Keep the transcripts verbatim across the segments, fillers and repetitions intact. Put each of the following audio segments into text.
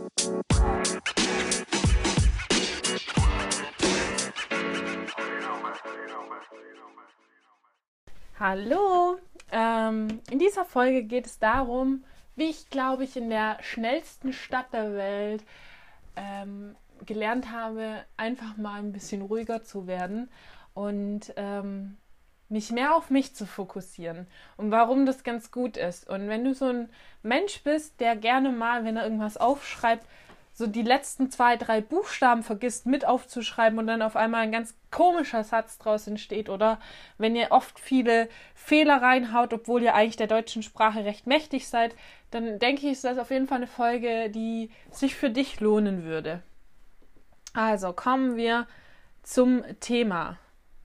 Hallo! Ähm, in dieser Folge geht es darum, wie ich, glaube ich, in der schnellsten Stadt der Welt ähm, gelernt habe, einfach mal ein bisschen ruhiger zu werden und ähm, mich mehr auf mich zu fokussieren und warum das ganz gut ist. Und wenn du so ein Mensch bist, der gerne mal, wenn er irgendwas aufschreibt, so die letzten zwei, drei Buchstaben vergisst, mit aufzuschreiben und dann auf einmal ein ganz komischer Satz draus entsteht, oder wenn ihr oft viele Fehler reinhaut, obwohl ihr eigentlich der deutschen Sprache recht mächtig seid, dann denke ich, ist das auf jeden Fall eine Folge, die sich für dich lohnen würde. Also kommen wir zum Thema.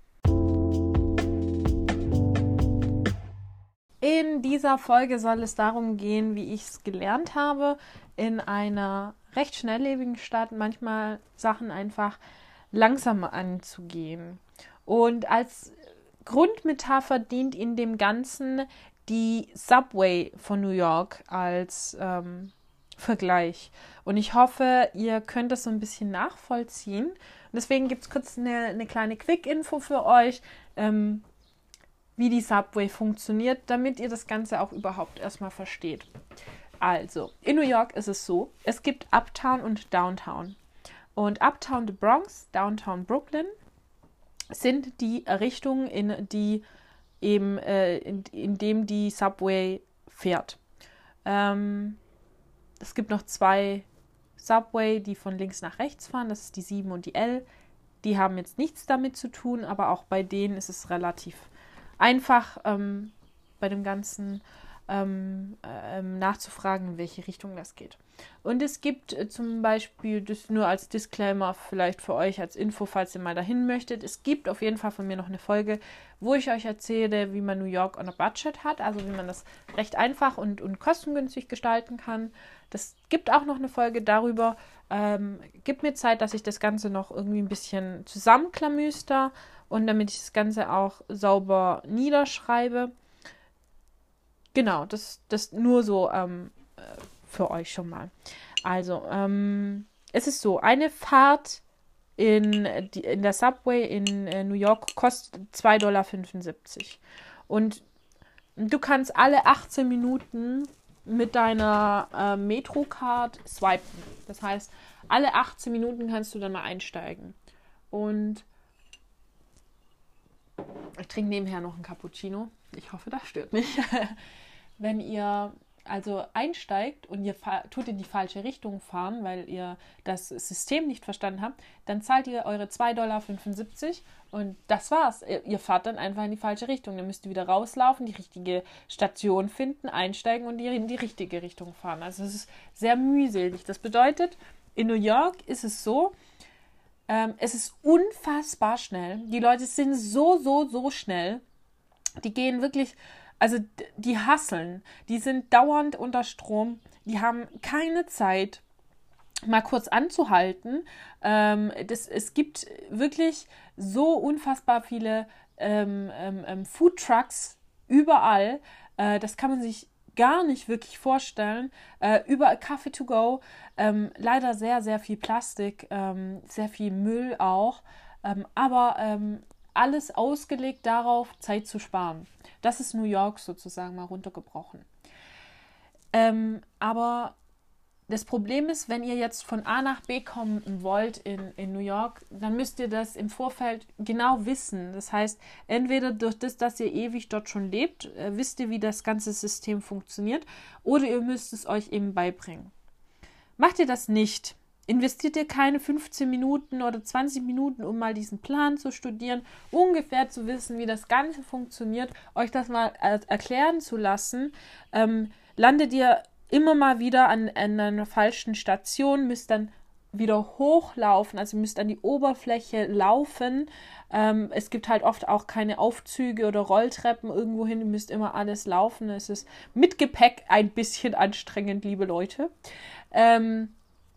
In dieser Folge soll es darum gehen, wie ich es gelernt habe, in einer recht schnelllebigen Stadt manchmal Sachen einfach langsamer anzugehen. Und als Grundmetapher dient in dem Ganzen die Subway von New York als ähm, Vergleich. Und ich hoffe, ihr könnt das so ein bisschen nachvollziehen. Und deswegen gibt es kurz eine, eine kleine Quick-Info für euch, ähm, wie die Subway funktioniert, damit ihr das Ganze auch überhaupt erstmal versteht. Also, in New York ist es so, es gibt Uptown und Downtown. Und Uptown the Bronx, Downtown Brooklyn sind die Richtungen, in die eben, äh, in, in dem die Subway fährt. Ähm, es gibt noch zwei Subway, die von links nach rechts fahren, das ist die sieben und die L. Die haben jetzt nichts damit zu tun, aber auch bei denen ist es relativ einfach ähm, bei dem Ganzen ähm, ähm, nachzufragen, in welche Richtung das geht. Und es gibt äh, zum Beispiel, das nur als Disclaimer vielleicht für euch als Info, falls ihr mal dahin möchtet, es gibt auf jeden Fall von mir noch eine Folge, wo ich euch erzähle, wie man New York on a Budget hat, also wie man das recht einfach und, und kostengünstig gestalten kann. Das gibt auch noch eine Folge darüber. Ähm, gibt mir Zeit, dass ich das Ganze noch irgendwie ein bisschen zusammenklamüster und damit ich das Ganze auch sauber niederschreibe. Genau, das, das nur so ähm, für euch schon mal. Also, ähm, es ist so, eine Fahrt in, die, in der Subway in äh, New York kostet zwei Komma fünfundsiebzig Dollar. Und du kannst alle achtzehn Minuten mit deiner äh, Metrocard swipen. Das heißt, alle achtzehn Minuten kannst du dann mal einsteigen. Und ich trinke nebenher noch einen Cappuccino. Ich hoffe, das stört nicht. Wenn ihr also einsteigt und ihr tut in die falsche Richtung fahren, weil ihr das System nicht verstanden habt, dann zahlt ihr eure zwei Komma fünfundsiebzig Dollar und das war's. Ihr fahrt dann einfach in die falsche Richtung. Dann müsst ihr wieder rauslaufen, die richtige Station finden, einsteigen und in die richtige Richtung fahren. Also es ist sehr mühselig. Das bedeutet, in New York ist es so, ähm, es ist unfassbar schnell. Die Leute sind so, so, so schnell. Die gehen wirklich... Also die hasseln, die sind dauernd unter Strom, die haben keine Zeit, mal kurz anzuhalten. Ähm, das, es gibt wirklich so unfassbar viele ähm, ähm, Foodtrucks überall, äh, das kann man sich gar nicht wirklich vorstellen. Äh, überall Kaffee to go, ähm, leider sehr, sehr viel Plastik, ähm, sehr viel Müll auch, ähm, aber ähm, alles ausgelegt darauf, Zeit zu sparen. Das ist New York sozusagen mal runtergebrochen. Ähm, aber das Problem ist, wenn ihr jetzt von A nach B kommen wollt in, in New York, dann müsst ihr das im Vorfeld genau wissen. Das heißt, entweder durch das, dass ihr ewig dort schon lebt, äh, wisst ihr, wie das ganze System funktioniert, oder ihr müsst es euch eben beibringen. Macht ihr das nicht, investiert ihr keine fünfzehn Minuten oder zwanzig Minuten, um mal diesen Plan zu studieren, ungefähr zu wissen, wie das Ganze funktioniert, euch das mal erklären zu lassen, ähm, landet ihr immer mal wieder an, an einer falschen Station, müsst dann wieder hochlaufen, also müsst an die Oberfläche laufen. Ähm, es gibt halt oft auch keine Aufzüge oder Rolltreppen irgendwo hin, ihr müsst immer alles laufen. Es ist mit Gepäck ein bisschen anstrengend, liebe Leute. Ähm,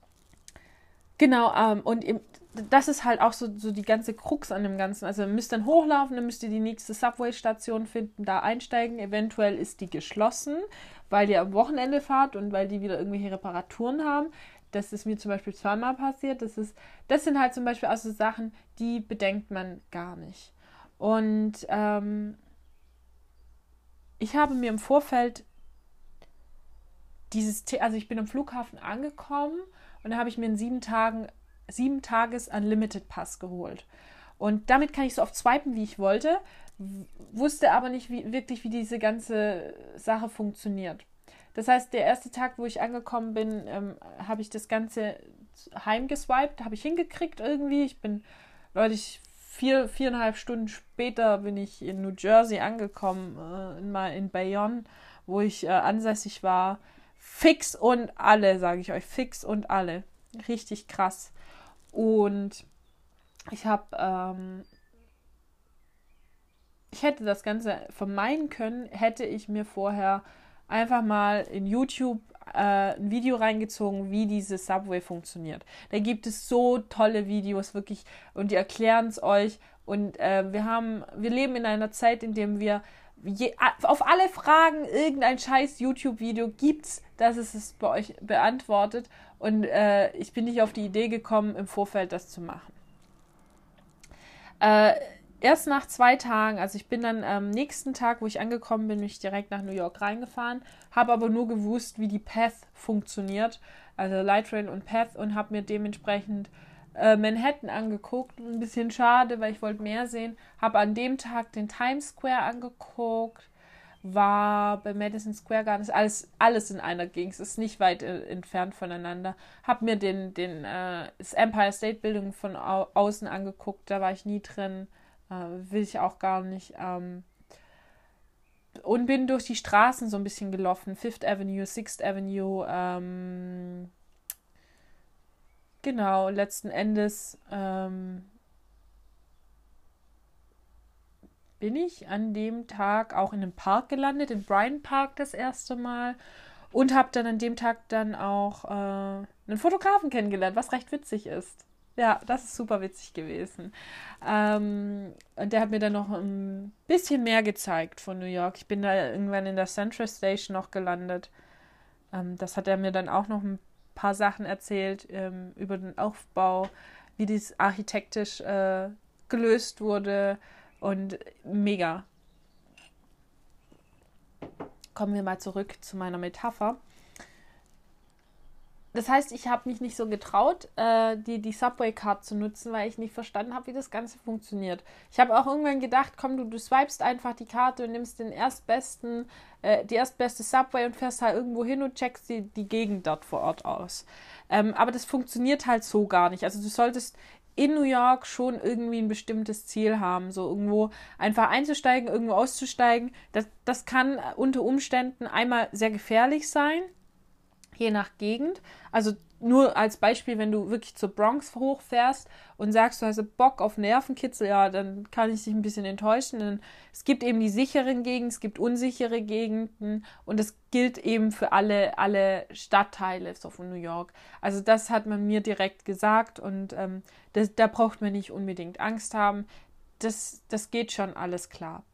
Genau, ähm, und im, das ist halt auch so, so die ganze Krux an dem Ganzen. Also ihr müsst dann hochlaufen, dann müsst ihr die nächste Subway-Station finden, da einsteigen. Eventuell ist die geschlossen, weil ihr am Wochenende fahrt und weil die wieder irgendwelche Reparaturen haben. das ist mir zum Beispiel zweimal passiert. Das ist, das sind halt zum Beispiel auch so Sachen, die bedenkt man gar nicht. Und ähm, ich habe mir im Vorfeld dieses, also ich bin am Flughafen angekommen und da habe ich mir einen sieben Tagen, sieben Tages Unlimited Pass geholt. Und damit kann ich so oft swipen, wie ich wollte, wusste aber nicht wie, wirklich, wie diese ganze Sache funktioniert. Das heißt, der erste Tag, wo ich angekommen bin, ähm, habe ich das Ganze heimgeswiped, habe ich hingekriegt irgendwie. Ich bin, Leute, ich vier, viereinhalb Stunden später bin ich in New Jersey angekommen, äh, in, mal in Bayonne, wo ich äh, ansässig war. Fix und alle, sage ich euch, fix und alle. Richtig krass. Und ich habe, ähm, ich hätte das Ganze vermeiden können, hätte ich mir vorher einfach mal in YouTube äh, ein Video reingezogen, wie diese Subway funktioniert. Da gibt es so tolle Videos, wirklich, und die erklären es euch. Und äh, wir haben, wir leben in einer Zeit, in der wir je, auf alle Fragen irgendein scheiß YouTube-Video gibt's, dass es es bei euch beantwortet. Und äh, ich bin nicht auf die Idee gekommen, im Vorfeld das zu machen. Äh, erst nach zwei Tagen, also ich bin dann am nächsten Tag, wo ich angekommen bin, bin ich direkt nach New York reingefahren, habe aber nur gewusst, wie die Path funktioniert, also Light Rail und Path, und habe mir dementsprechend äh, Manhattan angeguckt. Ein bisschen schade, weil ich wollte mehr sehen. Habe an dem Tag den Times Square angeguckt, war bei Madison Square Garden, ist alles, alles in einer Gegend, es ist nicht weit äh, entfernt voneinander. Habe mir den, den äh, das Empire State Building von au außen angeguckt, da war ich nie drin. Will ich auch gar nicht. Ähm, und bin durch die Straßen so ein bisschen gelaufen. Fifth Avenue, Sixth Avenue. Ähm, genau, letzten Endes ähm, bin ich an dem Tag auch in einem Park gelandet, in Bryant Park das erste Mal. Und habe dann an dem Tag dann auch äh, einen Fotografen kennengelernt, was recht witzig ist. Ja, das ist super witzig gewesen. Ähm, und der hat mir dann noch ein bisschen mehr gezeigt von New York. Ich bin da irgendwann in der Central Station noch gelandet. Ähm, das hat er mir dann auch noch ein paar Sachen erzählt ähm, über den Aufbau, wie dies architektisch äh, gelöst wurde. Und mega. Kommen wir mal zurück zu meiner Metapher. Das heißt, ich habe mich nicht so getraut, äh, die, die Subway-Card zu nutzen, weil ich nicht verstanden habe, wie das Ganze funktioniert. Ich habe auch irgendwann gedacht, komm, du, du swipest einfach die Karte und nimmst den erstbesten, äh, die erstbeste Subway und fährst halt irgendwo hin und checkst die, die Gegend dort vor Ort aus. Ähm, aber das funktioniert halt so gar nicht. Also du solltest in New York schon irgendwie ein bestimmtes Ziel haben, so irgendwo einfach einzusteigen, irgendwo auszusteigen. Das, das kann unter Umständen einmal sehr gefährlich sein, je nach Gegend. Also nur als Beispiel, wenn du wirklich zur Bronx hochfährst und sagst, du hast Bock auf Nervenkitzel, ja, dann kann ich dich ein bisschen enttäuschen. Denn es gibt eben die sicheren Gegenden, es gibt unsichere Gegenden und es gilt eben für alle, alle Stadtteile so von New York. Also das hat man mir direkt gesagt und ähm, das, da braucht man nicht unbedingt Angst haben. Das, das geht schon alles klar.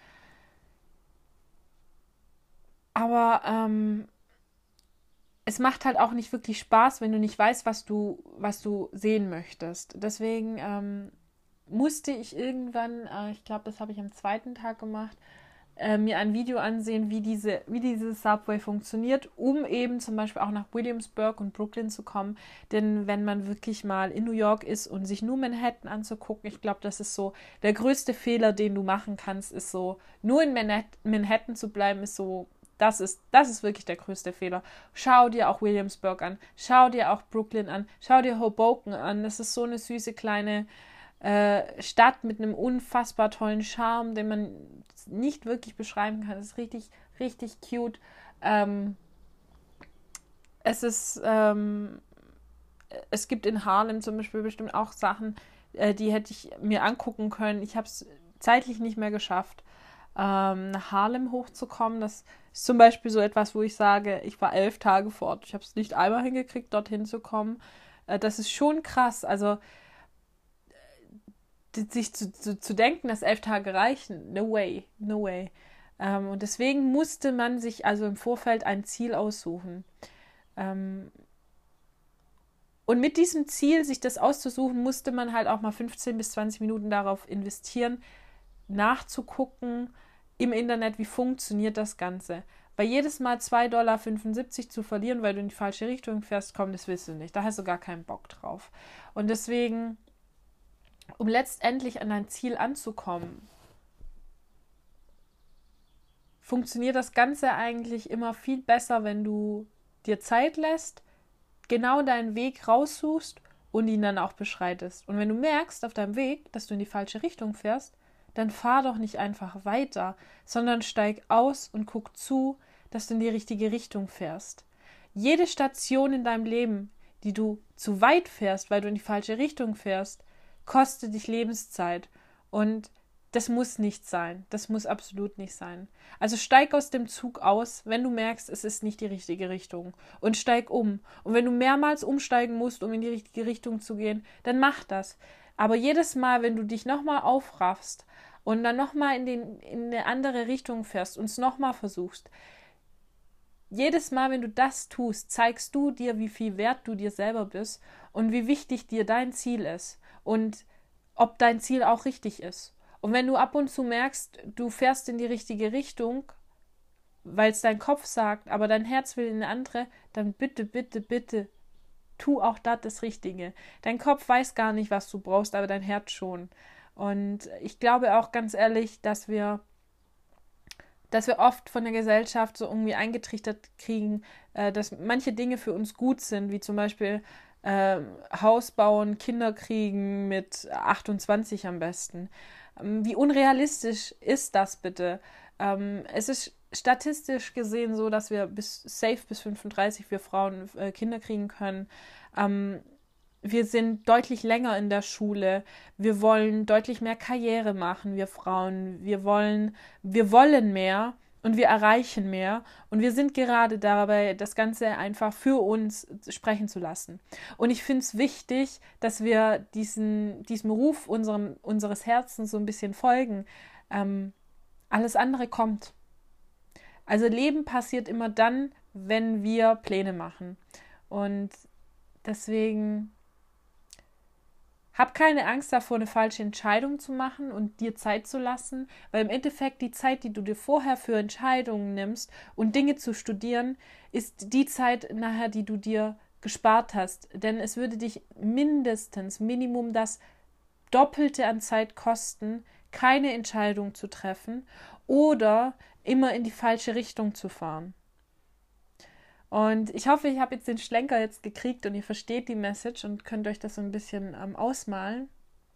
Aber ähm, es macht halt auch nicht wirklich Spaß, wenn du nicht weißt, was du, was du sehen möchtest. Deswegen ähm, musste ich irgendwann, äh, ich glaube, das habe ich am zweiten Tag gemacht, äh, mir ein Video ansehen, wie diese, wie diese Subway funktioniert, um eben zum Beispiel auch nach Williamsburg und Brooklyn zu kommen. Denn wenn man wirklich mal in New York ist und sich nur Manhattan anzugucken, ich glaube, das ist so der größte Fehler, den du machen kannst, ist so, nur in Manhattan zu bleiben, ist so, Das ist, das ist wirklich der größte Fehler. Schau dir auch Williamsburg an, schau dir auch Brooklyn an, schau dir Hoboken an. Das ist so eine süße kleine äh, Stadt mit einem unfassbar tollen Charme, den man nicht wirklich beschreiben kann. Das ist richtig, richtig cute. Ähm, es ist, ähm, es gibt in Harlem zum Beispiel bestimmt auch Sachen, äh, die hätte ich mir angucken können. Ich habe es zeitlich nicht mehr geschafft, ähm, nach Harlem hochzukommen. Das ist zum Beispiel so etwas, wo ich sage, ich war elf Tage fort. Ich habe es nicht einmal hingekriegt, dorthin zu kommen. Äh, das ist schon krass. Also sich zu, zu, zu denken, dass elf Tage reichen, no way, no way. Ähm, und deswegen musste man sich also im Vorfeld ein Ziel aussuchen. Ähm, Und mit diesem Ziel, sich das auszusuchen, musste man halt auch mal fünfzehn bis zwanzig Minuten darauf investieren, nachzugucken im Internet, wie funktioniert das Ganze. Weil jedes Mal zwei Komma fünfundsiebzig Dollar zu verlieren, weil du in die falsche Richtung fährst, komm, das willst du nicht. Da hast du gar keinen Bock drauf. Und deswegen, um letztendlich an dein Ziel anzukommen, funktioniert das Ganze eigentlich immer viel besser, wenn du dir Zeit lässt, genau deinen Weg raussuchst und ihn dann auch beschreitest. Und wenn du merkst auf deinem Weg, dass du in die falsche Richtung fährst, dann fahr doch nicht einfach weiter, sondern steig aus und guck zu, dass du in die richtige Richtung fährst. Jede Station in deinem Leben, die du zu weit fährst, weil du in die falsche Richtung fährst, kostet dich Lebenszeit. Und das muss nicht sein. Das muss absolut nicht sein. Also steig aus dem Zug aus, wenn du merkst, es ist nicht die richtige Richtung. Und steig um. Und wenn du mehrmals umsteigen musst, um in die richtige Richtung zu gehen, dann mach das. Aber jedes Mal, wenn du dich nochmal aufraffst und dann nochmal in, den, in eine andere Richtung fährst und es nochmal versuchst, jedes Mal, wenn du das tust, zeigst du dir, wie viel wert du dir selber bist und wie wichtig dir dein Ziel ist und ob dein Ziel auch richtig ist. Und wenn du ab und zu merkst, du fährst in die richtige Richtung, weil es dein Kopf sagt, aber dein Herz will in eine andere, dann bitte, bitte, bitte, tu auch das das Richtige. Dein Kopf weiß gar nicht, was du brauchst, aber dein Herz schon. Und ich glaube auch ganz ehrlich, dass wir, dass wir oft von der Gesellschaft so irgendwie eingetrichtert kriegen, äh, dass manche Dinge für uns gut sind, wie zum Beispiel äh, Haus bauen, Kinder kriegen mit achtundzwanzig am besten. Ähm, wie unrealistisch ist das bitte? Ähm, es ist statistisch gesehen so, dass wir bis safe bis fünfunddreißig wir Frauen äh, Kinder kriegen können. Ähm, wir sind deutlich länger in der Schule. Wir wollen deutlich mehr Karriere machen, wir Frauen. Wir wollen, wir wollen mehr und wir erreichen mehr. Und wir sind gerade dabei, das Ganze einfach für uns sprechen zu lassen. Und ich finde es wichtig, dass wir diesen, diesem Ruf unserem, unseres Herzens so ein bisschen folgen. Ähm, alles andere kommt. Also Leben passiert immer dann, wenn wir Pläne machen. Und deswegen hab keine Angst davor, eine falsche Entscheidung zu machen und dir Zeit zu lassen, weil im Endeffekt die Zeit, die du dir vorher für Entscheidungen nimmst und Dinge zu studieren, ist die Zeit nachher, die du dir gespart hast. Denn es würde dich mindestens, Minimum das Doppelte an Zeit kosten, keine Entscheidung zu treffen oder immer in die falsche Richtung zu fahren. Und ich hoffe, ich habe jetzt den Schlenker jetzt gekriegt und ihr versteht die Message und könnt euch das so ein bisschen ähm, ausmalen.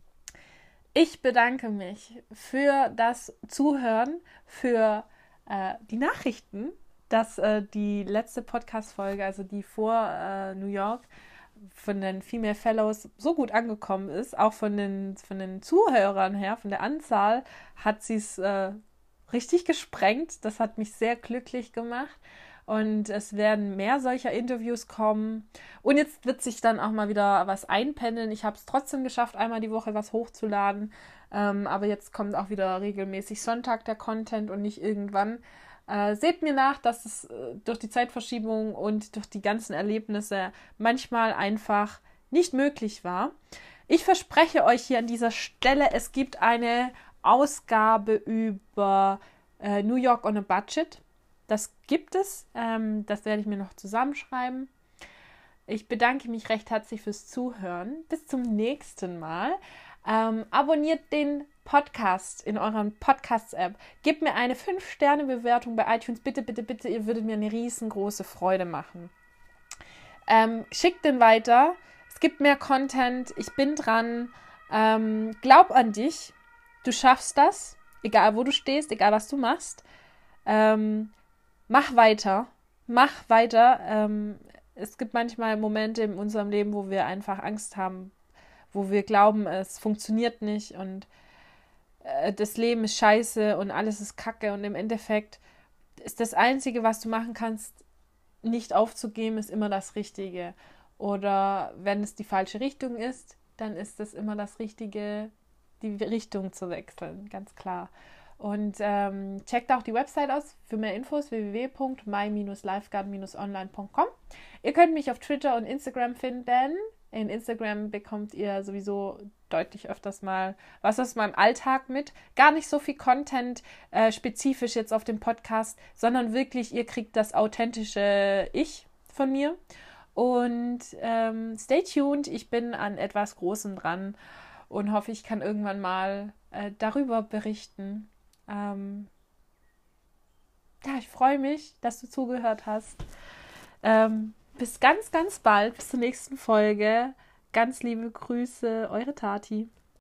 Ich bedanke mich für das Zuhören, für äh, die Nachrichten, dass äh, die letzte Podcast-Folge, also die vor äh, New York, von den Female Fellows so gut angekommen ist. Auch von den, von den Zuhörern her, von der Anzahl, hat sie es äh, richtig gesprengt. Das hat mich sehr glücklich gemacht. Und es werden mehr solcher Interviews kommen. Und jetzt wird sich dann auch mal wieder was einpendeln. Ich habe es trotzdem geschafft, einmal die Woche was hochzuladen. Ähm, aber jetzt kommt auch wieder regelmäßig Sonntag der Content und nicht irgendwann. Äh, seht mir nach, dass es äh, durch die Zeitverschiebung und durch die ganzen Erlebnisse manchmal einfach nicht möglich war. Ich verspreche euch hier an dieser Stelle, es gibt eine Ausgabe über äh, New York on a Budget. Das gibt es. Ähm, das werde ich mir noch zusammenschreiben. Ich bedanke mich recht herzlich fürs Zuhören. Bis zum nächsten Mal. Ähm, abonniert den Podcast in eurer Podcasts-App. Gebt mir eine fünf Sterne Bewertung bei iTunes. Bitte, bitte, bitte. Ihr würdet mir eine riesengroße Freude machen. Ähm, schickt den weiter. Es gibt mehr Content. Ich bin dran. Ähm, glaub an dich. Du schaffst das. Egal, wo du stehst. Egal, was du machst. Ähm, Mach weiter, mach weiter. Ähm, es gibt manchmal Momente in unserem Leben, wo wir einfach Angst haben, wo wir glauben, es funktioniert nicht und äh, das Leben ist scheiße und alles ist Kacke. Und im Endeffekt ist das Einzige, was du machen kannst, nicht aufzugeben, ist immer das Richtige. Oder wenn es die falsche Richtung ist, dann ist es immer das Richtige, die Richtung zu wechseln, ganz klar. Und ähm, checkt auch die Website aus für mehr Infos, w w w punkt my dash lifeguard dash online punkt com. Ihr könnt mich auf Twitter und Instagram finden. In Instagram bekommt ihr sowieso deutlich öfters mal was aus meinem Alltag mit. Gar nicht so viel Content äh, spezifisch jetzt auf dem Podcast, sondern wirklich, ihr kriegt das authentische Ich von mir. Und ähm, stay tuned, ich bin an etwas Großem dran und hoffe, ich kann irgendwann mal äh, darüber berichten. Ähm, ja, ich freue mich, dass du zugehört hast. Ähm, bis ganz, ganz bald, bis zur nächsten Folge. Ganz liebe Grüße, eure Tati.